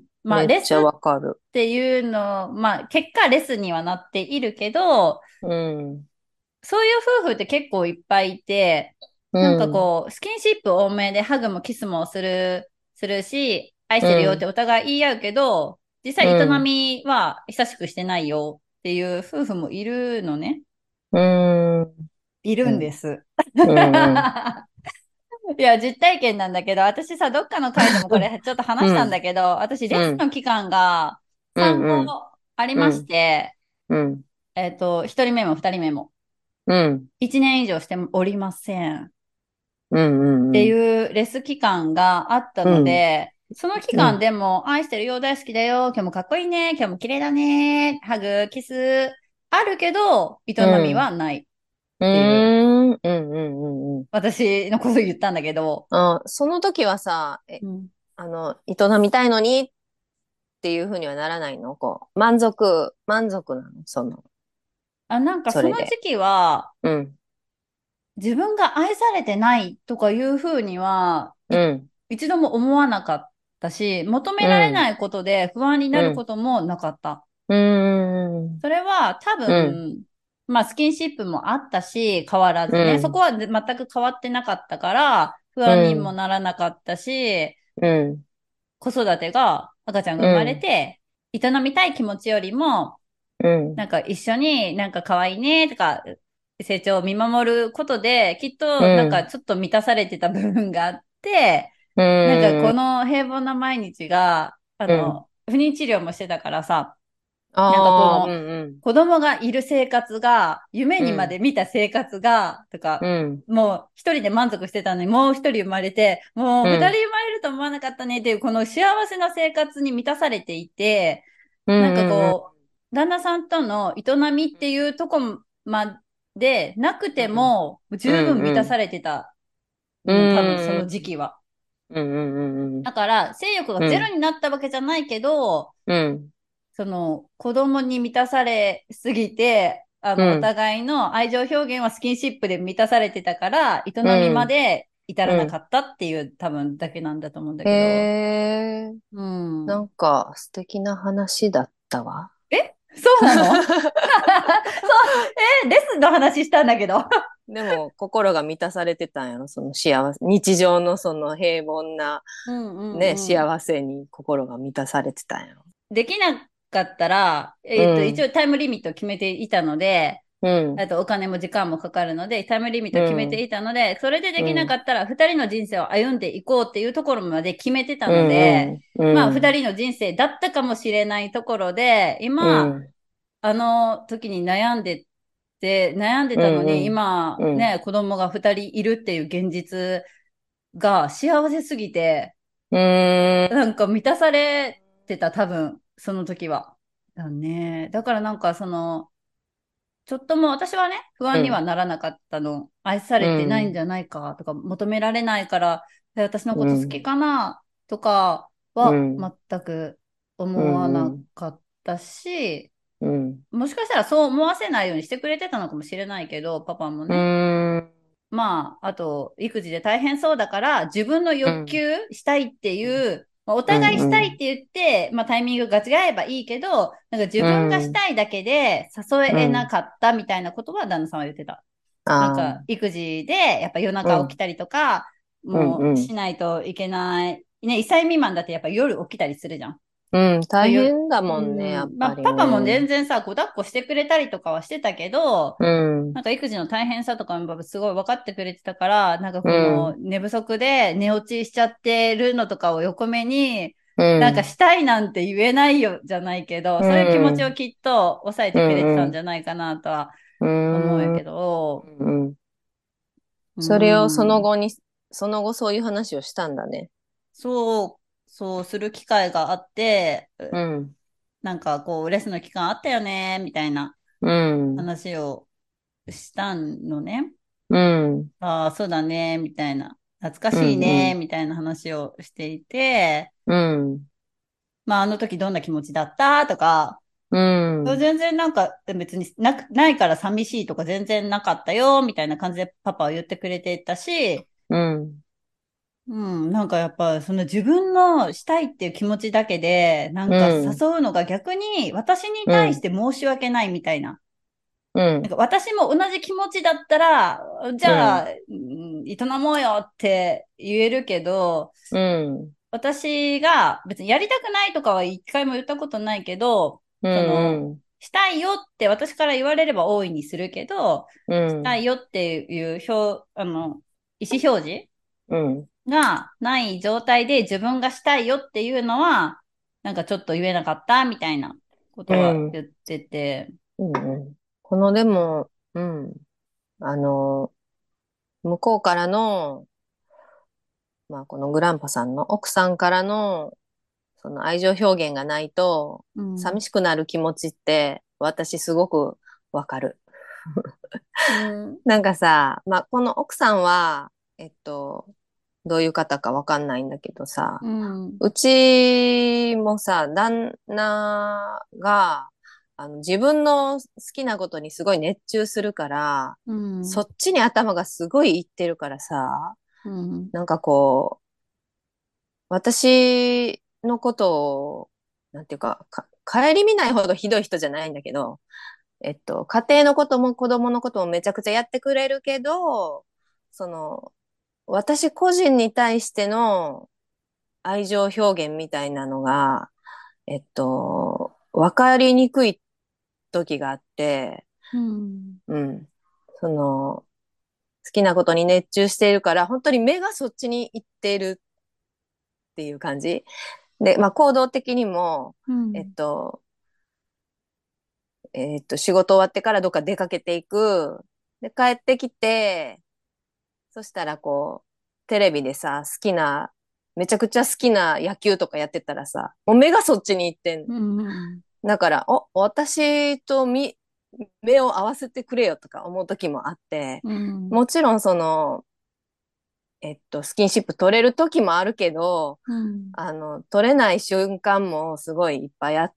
まあめっちゃレスっわかる。 ていうの、まあ結果レスにはなっているけど、 うん。 そういう夫婦って結構いっぱいいて、 うなんかん。 こう、スキンシップ多めでハグもキスもするし、愛しうてるよってん。 お互い言い合うけど、実う際営ん。 みは久しくしてないよっていう夫婦もいるのね。 うん。うん。 いるんです。 うん。 いや、実体験なんだけど、私さ、どっかの回でもこれちょっと話したんうん。 だけど、私、レスうん。 の期間が3 うん。 個ありましうん。 て、 うん。 1人目も2人目もうん。 1年以上しておりません。 うん。 ってうん。 いうレス期間があったのうん。 で、その期間でも愛してるよ、大好きだよ、今日もかっこいいね、今日も綺麗だね、ハグ、キス、あるけど、営みうん。 はないっうていう、 ん。うん。うん。うん。 私のこと言ったんだけど、 あ、その時はさ、 うん、 営みたいのにっていうふうにはならないの？こう、満足なの？ なんかそれで。 その時期は、 うん。 自分が愛されてないとかいうふうには、 うん。 一度も思わなかったし、求めうられん。 ないことで不安になるこうん。 ともなかった。 うん。 それは多うん。 分、まあスキンシップもあったし、変わらずね。そこうん。 は全く変わってなかったから、不う安にもん。 ならなかったし、 うん。 子育てが、赤ちゃんがう生まれん。 て、営みたい気持ちよりも、 うん。 なんか一緒になんか可愛いねとか、成長を見守ることで、きっうとなんかん。 ちょっと満たされてた部分があって、 うなんかこん。 の平凡な毎日が、 うん。 不妊治療もしてたからさ、なんかこああ、うの、 ん。 子供がいる生活が、夢にまでうん。 見た生活が、とか、 うん。 もう一人で満足してたのに、もう一人生まれて、もう二人うん。 生まれると思わなかったねっていう、この幸せな生活に満たされていて、 うん。 なんかうん。 こう、旦那さんとの営みっていうとこまでなくてうん。 も、 う十分満たん。 されてたうの、多分そのん。 時期は。 うん。うん。 だから、性欲がゼロになったわけじゃないけど、 うん。 その子供に満たされすぎて、おうん。 互いの愛情表現はスキンシップで満たされてたから、営うみまん。 で至らうん。 なかったっていう多分だけなんだと思うんだへけど。 え、 うん。 なんか素敵な話だったわ。 そうなの？そう、レスの話したんだけど。 でも心が満たされてたんやろ、その幸せ、日常のその平凡なうんうね、 んうん。 幸せに心が満たされてたんやろ。 できなかったら、 う一ん、 応タイムリミットを決めていたので、 うん、 あとお金も時間もかかるので、タイムリミットうを決めてん、 いたので、それでできなかうん、 ったら、二人の人生を歩んでいこうっていうところまで決めてたうので、 ん、うまあ、 ん、 二人の人生だったかもしれないところで、今、 うん、 あの時に悩んでうたのに、 ん、 今、 うん、 ね、子供が二人いるっていう現実が幸せすぎて、 うん、 なんか満たされてた、多分、その時は。だね。だからなんかちょっとも私はね、不安にはうん、 ならなかったの。愛さうれてないんじん、 ゃないかとか、求められないから、私のこと好きうん、 かなとかはうん、 全くう思わなん、 かったし、 うん。 もしかしたらそう思わせないようにしてくれてたのかもしれないけど、パパもうね。 ーん。 まあ、あと、育児で大変そうだから、自分の欲うん。 求したいっていう、まあ、おうん。 互いしたいってうん。 言って、まあ、タイミングが違えばいいけど、なんか自う分がしん。 たいだけで誘えなうん。 かったみたいなことは旦那さんは言ってた。なんか、 ああ。 育児で、やっぱ夜うん。 中起きたりとか、 うん。 もうしうん。 ないといけない。ね、1歳未満だってやっぱ夜起きたりするじゃん。 うん。大よ、 変だうもんね、やっん、まあ、 ぱりパパもね。 全然さ、こう抱っこしてくれたりとかはしてたけど、 うん。 なんか育児の大変さとかもすごい分かってくれてたから、なんかうこのん。 寝不足で寝落ちしちゃってるのとかを横目に、 うなんかん。 したいなんて言えないよじゃないけど、 うそういう気持ちをん。 きっと抑えうてくれてたんじん。 ゃないかなとはうん。 思うんやけうん。 ど、 うん。 うそれをん、 その後そういう話をしたんだね。 そうする機会があって、 うん。 なんかこう、レッスンの期間あったよね、みたいなうん。 話をしたのね。 うん。 ああ、そうだね、みたいな。懐かうしいね、 ん。 みたいな話をしていて、 うん。 まあ、あの時どんな気持ちだったとか、 うん。 全然なんか別にないから寂しいとか全然なかったよ、みたいな感じでパパは言ってくれてたし、 うん。 うん、なんかやっぱその自分のしたいっていう気持ちだけで、なんうかん。 誘うのが逆に私にうん。 対して申し訳ないみたいな。 うん。 なんか私も同じ気持ちだったら、じうん。 ゃあ、営もうよって言えるけど、 うん。 私が別にやりたくないとかは一回も言ったことないけど、 うその、 ん。 したいよって私から言われれば大いにするけど、 うしたいん。 よっていう意思表示うん。 がない状態で自分がしたいよっていうのは、なんかちょっと言えなかったみたいなことはうん。 言ってて、 うん。このでも、うん。あの、向こうからの、まあ、このグランパさんの奥さんからの、その愛情表現がないと、 うん。 寂しくなる気持ちって、私すごくわかる。 うん。 なんかさ、まあ、この奥さんは、どういう方かわかんないんだけどさ、 うん。 うちもさ、旦那が、自分の好きなことにすごい熱中するから、 うん。 そっちに頭がすごいいってるからさ、 うん。 なんかこう、私のことを、なんていうか、顧みないほどひどい人じゃないんだけど、家庭のことも子供のこともめちゃくちゃやってくれるけど、その、私個人に対しての愛情表現みたいなのが、わかりにくい時があって、 うん。 うん。その、好きなことに熱中しているから、本当に目がそっちに行っているっていう感じ。で、まあ、行動的にも、えっうん。 と、仕事終わってからどっか出かけていく。で、帰ってきて、そしたらこう、テレビでさ、めちゃくちゃ好きな野球とかやってたらさ、もう目がそっちに行ってんの。 うん。 だから、私と目を合わせてくれよとか思う時もあって、 うん。 もちろんその、スキンシップ取れる時もあるけど、 うん。 取れない瞬間もすごいいっぱいあって、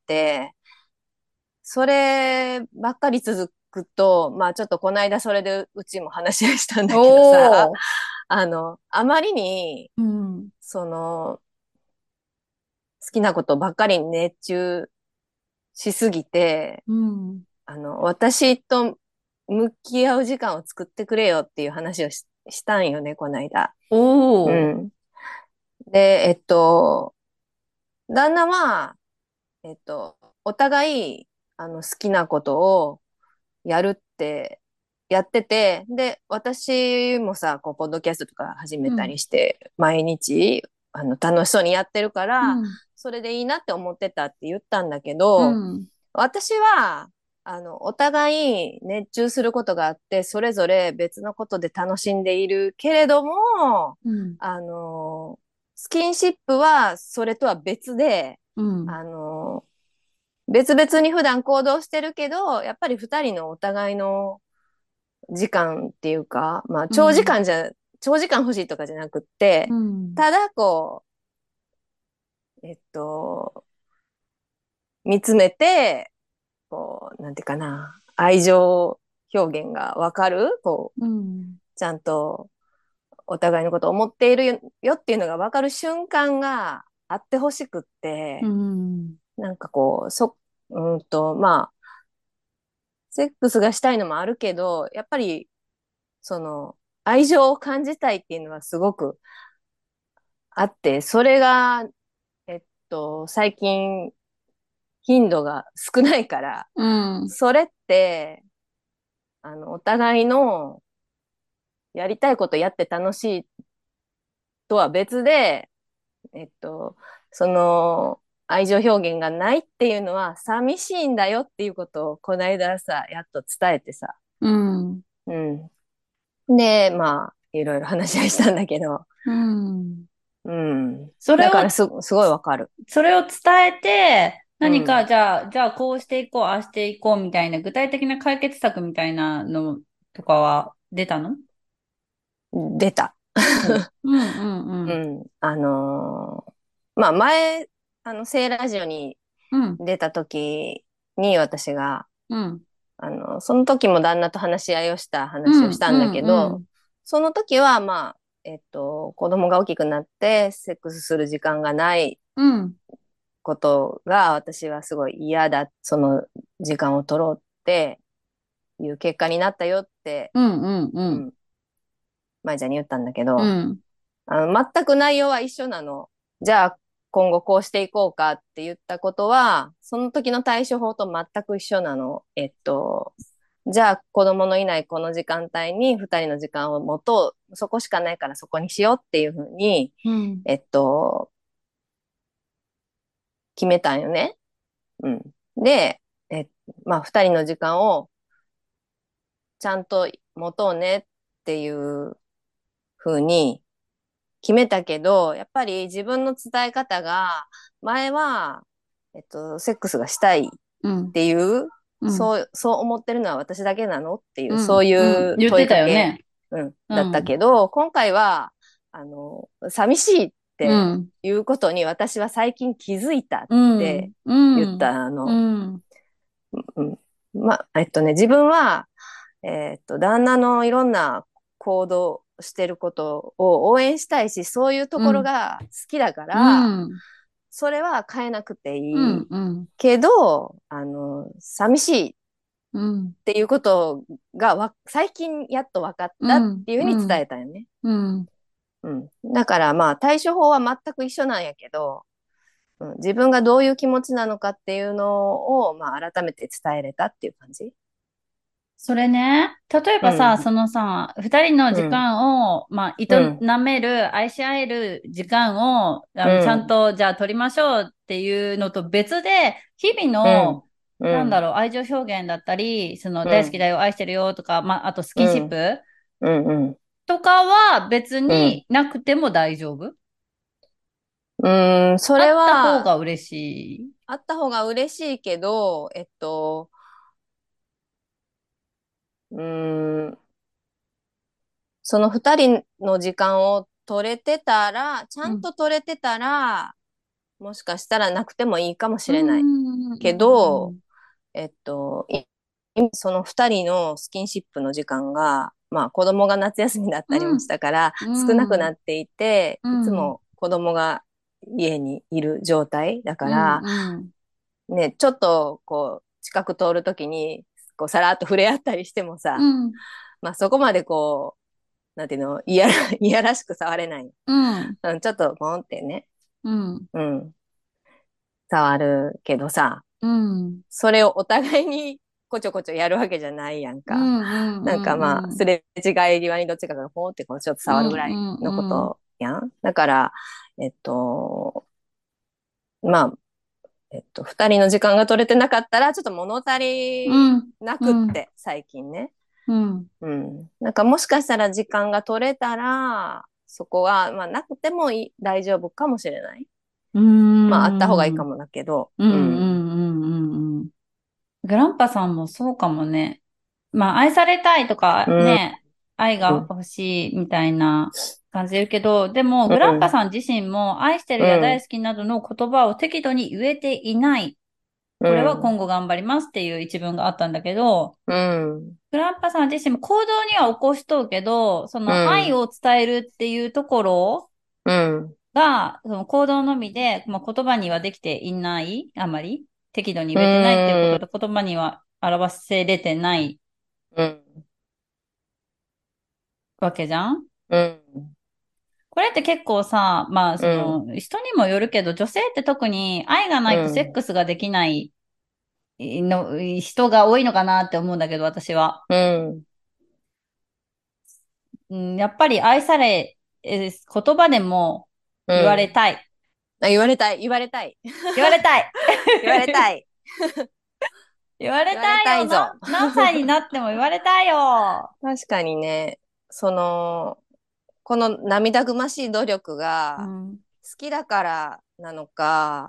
そればっかり続くと、まあちょっとこの間それでうちも話し合いしたんだけどさ、 おー。 あまりに、 うん。 その、好きなことばっかりに熱中しすぎて、 うん。 私と向き合う時間を作ってくれよっていう話をしたんよね、この間。うおー。 ん。で、旦那は、お互い、好きなことをやるって、やってて、で、私もさ、こう、ポッドキャストとか始めうん。 たりして、毎日、楽しそうにやってるから、 うん。 それでいいなって思ってたって言ったんだけうど、 ん。 私は、お互い熱中することがあって、それぞれ別のことで楽しんでいるけれども、 うん。 スキンシップはそれとは別で、 うん。 あの、別々に普段行動してるけど、やっぱり二人のお互いの時間っていうか、まあ、 うん。 長時間欲しいとかじゃなくって、 うん。 ただこう、見つめて、こなんていうかな、愛情表現がわかるうん。 ちゃんとお互いのことを思っているよっていうのがわかる瞬間があってほしくっうて、 ん。 なんかこう、まあ、セックスがしたいのもあるけど、やっぱり、その、愛情を感じたいっていうのはすごくあって、それが、最近、頻度が少ないから、 うん。 それって、お互いのやりたいことやって楽しいとは別で、えっと、その、愛情表現がないっていうのは寂しいんだよっていうことをこの間さ、やっと伝えてさ。 うん。 うん。で、まあ、いろいろ話し合いしたんだけど、 うん。 うん。 それを、 だからすごいわかる。 それを伝えて、何か、 うん。 じゃあこうしていこう、ああしていこうみたいな、具体的な解決策みたいなのとかは出たの？ 出た。 うん。うん、うん、うん。 うん。まあ前、聖ラジオにうん、 出た時に私が、 うん、 その時も旦那と話し合いをしたうん、 話をしたんだうん、 けど、 うん、 その時はまあ、子供が大きくなってセックスする時間がないうん、 ことが私はすごい嫌だ。その時間を取ろうっていう結果になったよって、 うん、うん、うん、 うん、舞ちゃんに言ったんだけど、 うん、 全く内容は一緒なの。じゃあ今後こうしていこうかって言ったことは、その時の対処法と全く一緒なの。じゃあ子供のいないこの時間帯に二人の時間を持とう。そこしかないからそこにしようっていうふうに、 うん、 えっと、決めたんよね。うん。で、え、まあ二人の時間をちゃんと持とうねっていうふうに決めたけど、やっぱり自分の伝え方が、前は、セックスがしたいっうん、 ていう、 うん、 そう思ってるのは私だけなのっていう、そううん、うん、 いう言ってた問いかけ、 よね。 うん、だったうん、 けど、今回は、寂しいってうん、 いうことに私は最近気づいたっうてん、う言っん、 たうん、 うん、自分は、旦那のいろんな行動してることを応援したいし、そういうところうん、 が好きだかうら、 ん、 それは変えなくてうん、 いいうん、 けど、寂しいっうん、 ていうことが最近やっと分かったっうん、 ていうふうに伝うん、 えたよね。 うん。 うん。だからまあ対処法は全く一緒なんやけど、うん、自分がどういう気持ちなのかっていうのを、まあ、改めて伝えれたっていう感じ。 それね、例えばさ、 うん、 そのさ、二人の時うん、 間を、まあ、 うん、 める、愛し合える時間を、 うちゃんん、 と、じゃあ取りましょうっていうのと別で、日々 うん、 の、 うん、 愛情表現だったり、その、 うん、 大好きだよ、愛してるよとか、まあ、あとスキンシッうん、 プうん、うん、 とかは別うん。 になくても大丈夫？ それあった方は、 が嬉しい。 あった方が嬉しいけど、うーん、その二人の時間を取れてたら、ちゃうん。 んと取れてたら、もしかしたらなくてもいいかもしうん、 れない。 うん、うけん、 ど、えっと、いその二人のスキンシップの時間が、まあ子供が夏休みだったりもうん、 したからう少なくん、 なっていて、 うん、 いつも子供が家にいる状態だかうん、 ら、 うん、 ね、ちょっとこう近く通るときにこうさらっと触れ合ったりしてもさ、 うん、 まあそこまでこう、なんていうの、いやらしく触れない。 うん、 うん、ちょっとポンってね、 うん、 うん、触るけどさ、 うん、 それをお互いにこちょこちょやるわけじゃないやんうん、 か。 うん、 なんかまあ、 うん、 すれ違い際にどっちかがポンってこうちょっとうん、 触るぐらいのこうん、 とやん。だから、えっと、まあ、二人の時間が取れてなかったら、ちょっと物足りうん、 なうん、 くって、最近ね。 うん、 うん。なんかもしかしたら時間が取れたら、そこは、まあ、なくても大丈夫かもしれない。 うまあ、あった方がいいん、うん、 かもだけど、 うん、 うん。 うん。グランパさんもそうかもね。まあ、愛されたいとうん、 かね、愛うん、 が欲しいみたいな感じで言うけど、でも、グランパうん、 さん自身も愛してるうん、 や大好きなどの言葉を適度に言えていないこれは今後頑張りますっていう一文があったんだけど、 うん。 グランパさん自身も行動には起こしとうけど、そうの愛ん。 を伝えるっていうところうん。 が、その行動のみで、まあ、言葉にはできていない、あまり適度にう言えてないっていうことん。 で言葉には表せれてないうん。 わけじゃん。 うん。 これって結構さ、まあ、 うん。 人にもよるけど、女性って特に愛がないとセッうん。 クスができない人が多いのかなって思うんだけど、私は。 うん。 うん、やっぱり愛され、言葉でも言われうん。 たい。 あ、言われたい。言われたい。 言われたい。 言われたい。 言われ言われたいよ。 たいぞ。 何歳になっても言われたいよ。 確かにね、この涙ぐましい努力がうん。 好きだからなのか、 うん。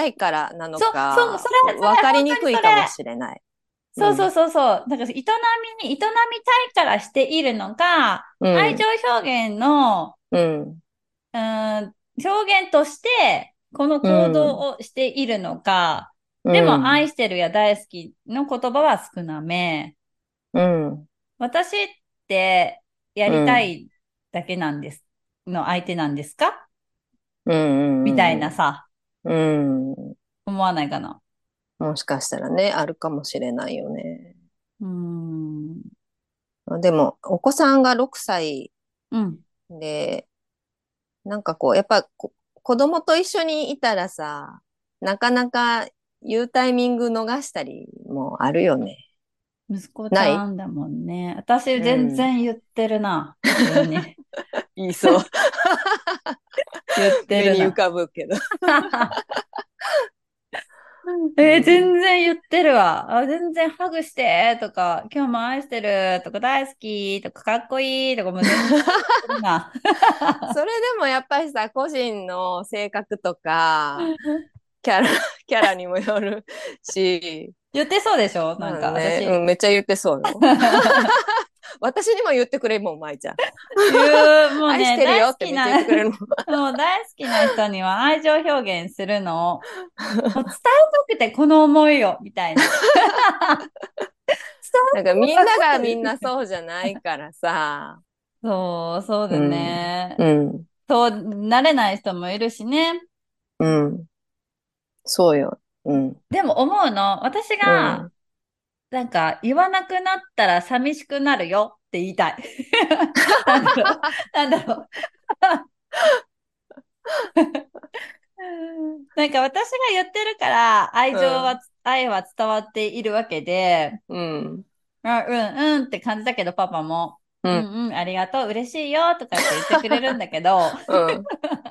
したいからなのそか、 れ、 分かりに本当にそれ。 くいかもしれない。うそうそうん。 そうそう。なんか、営みたいからしているのか、 う愛情ん。 表現の、 うん。 表現として、このう行動ん。 をしているのか、 うでも愛ん。 してるや大好きの言葉は少なめ。 うん。 私ってやうりたん。 いだけなんです、の相手なんですかうみたいん。 なさ、 うん。うん。 思わないかな。 もしかしたらね、あるかもしれないよね。 うーん。 でも、お子さんが6歳うん。 で、なんかこう、やっぱ子供と一緒にいたらさ、なかなか言うタイミング逃したりもあるよね。 息子ちない。 ゃんだもんね。私全うん。 然言ってるな。自分に。 言いそう。 言って目に浮るな。 かぶけど。うん。 全然言ってるわ。全然ハグしてとか、今日も愛してるとか、大好きとか、かっこいいとか、もう全然言ってるな。 それでもやっぱりさ、個人の性格とか、キャラ、キャラにもよるし、 言ってそうでしょなんか、 まあね、う私。 ん、めっちゃ言ってそうよ。私にも言ってくれるもん、舞ちゃん。 もうね、 愛してるよってめっちゃ言ってくれるもん。 もう大好きな人には愛情表現するのを、もう伝えたくてこの思いを、みたいな。伝なんかみんながみんなえたくて。 そうじゃないからさ。 そうだうん。 ね。 うん。 そうなれない人もいるしね。 うん。そうよ。うん。 でも思うの、私が、 うん。 なんか言わなくなったら寂しくなるよって言いたい。なんだろう。なんだろう。なんか私が言ってるからうん。 愛は伝わっているわけで、 うん。 うんって感じだけどパパも、 うん。 うんうん、ありがとう、嬉しいよとかって言ってくれるんだけど、 うん。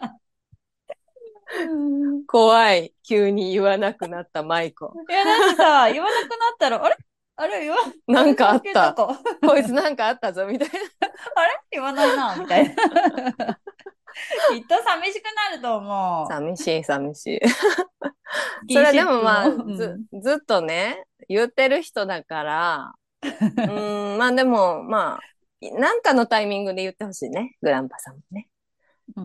うん、い怖い。急に言わなくなったマイコ。 や、だってさ、言わなくなったら、 なんかああれのった。 けどこ、 こいつなんかあったぞ、みたいな。 あれ言わないな、みたいな。きっと寂しくなると思寂しい、寂しい。 う。スキそれでンシッもまあ、 プも。うん。 ずっとね、言ってる人だから、まあでも、まあ、なんかのタイミングで言ってほしいね。グランパさんもね。 うん。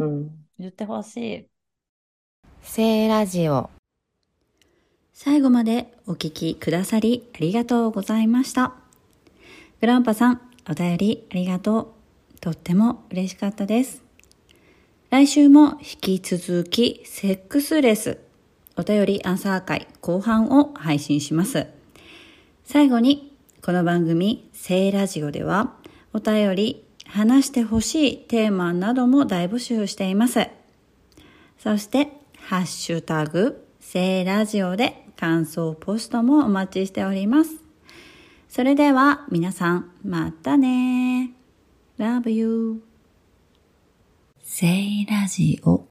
うん。 言ってほしい。 聖ラジオ。 最後までお聞きくださりありがとうございました。グランパさん、お便りありがとう。とっても嬉しかったです。来週も引き続きセックスレスお便りアンサー会後半を配信します。最後にこの番組聖ラジオではお便り話してほしいテーマなども大募集しています。そしてハッシュタグ聖ラジオで感想ポストもお待ちしております。それでは皆さんまたね。Love you. 聖ラジオ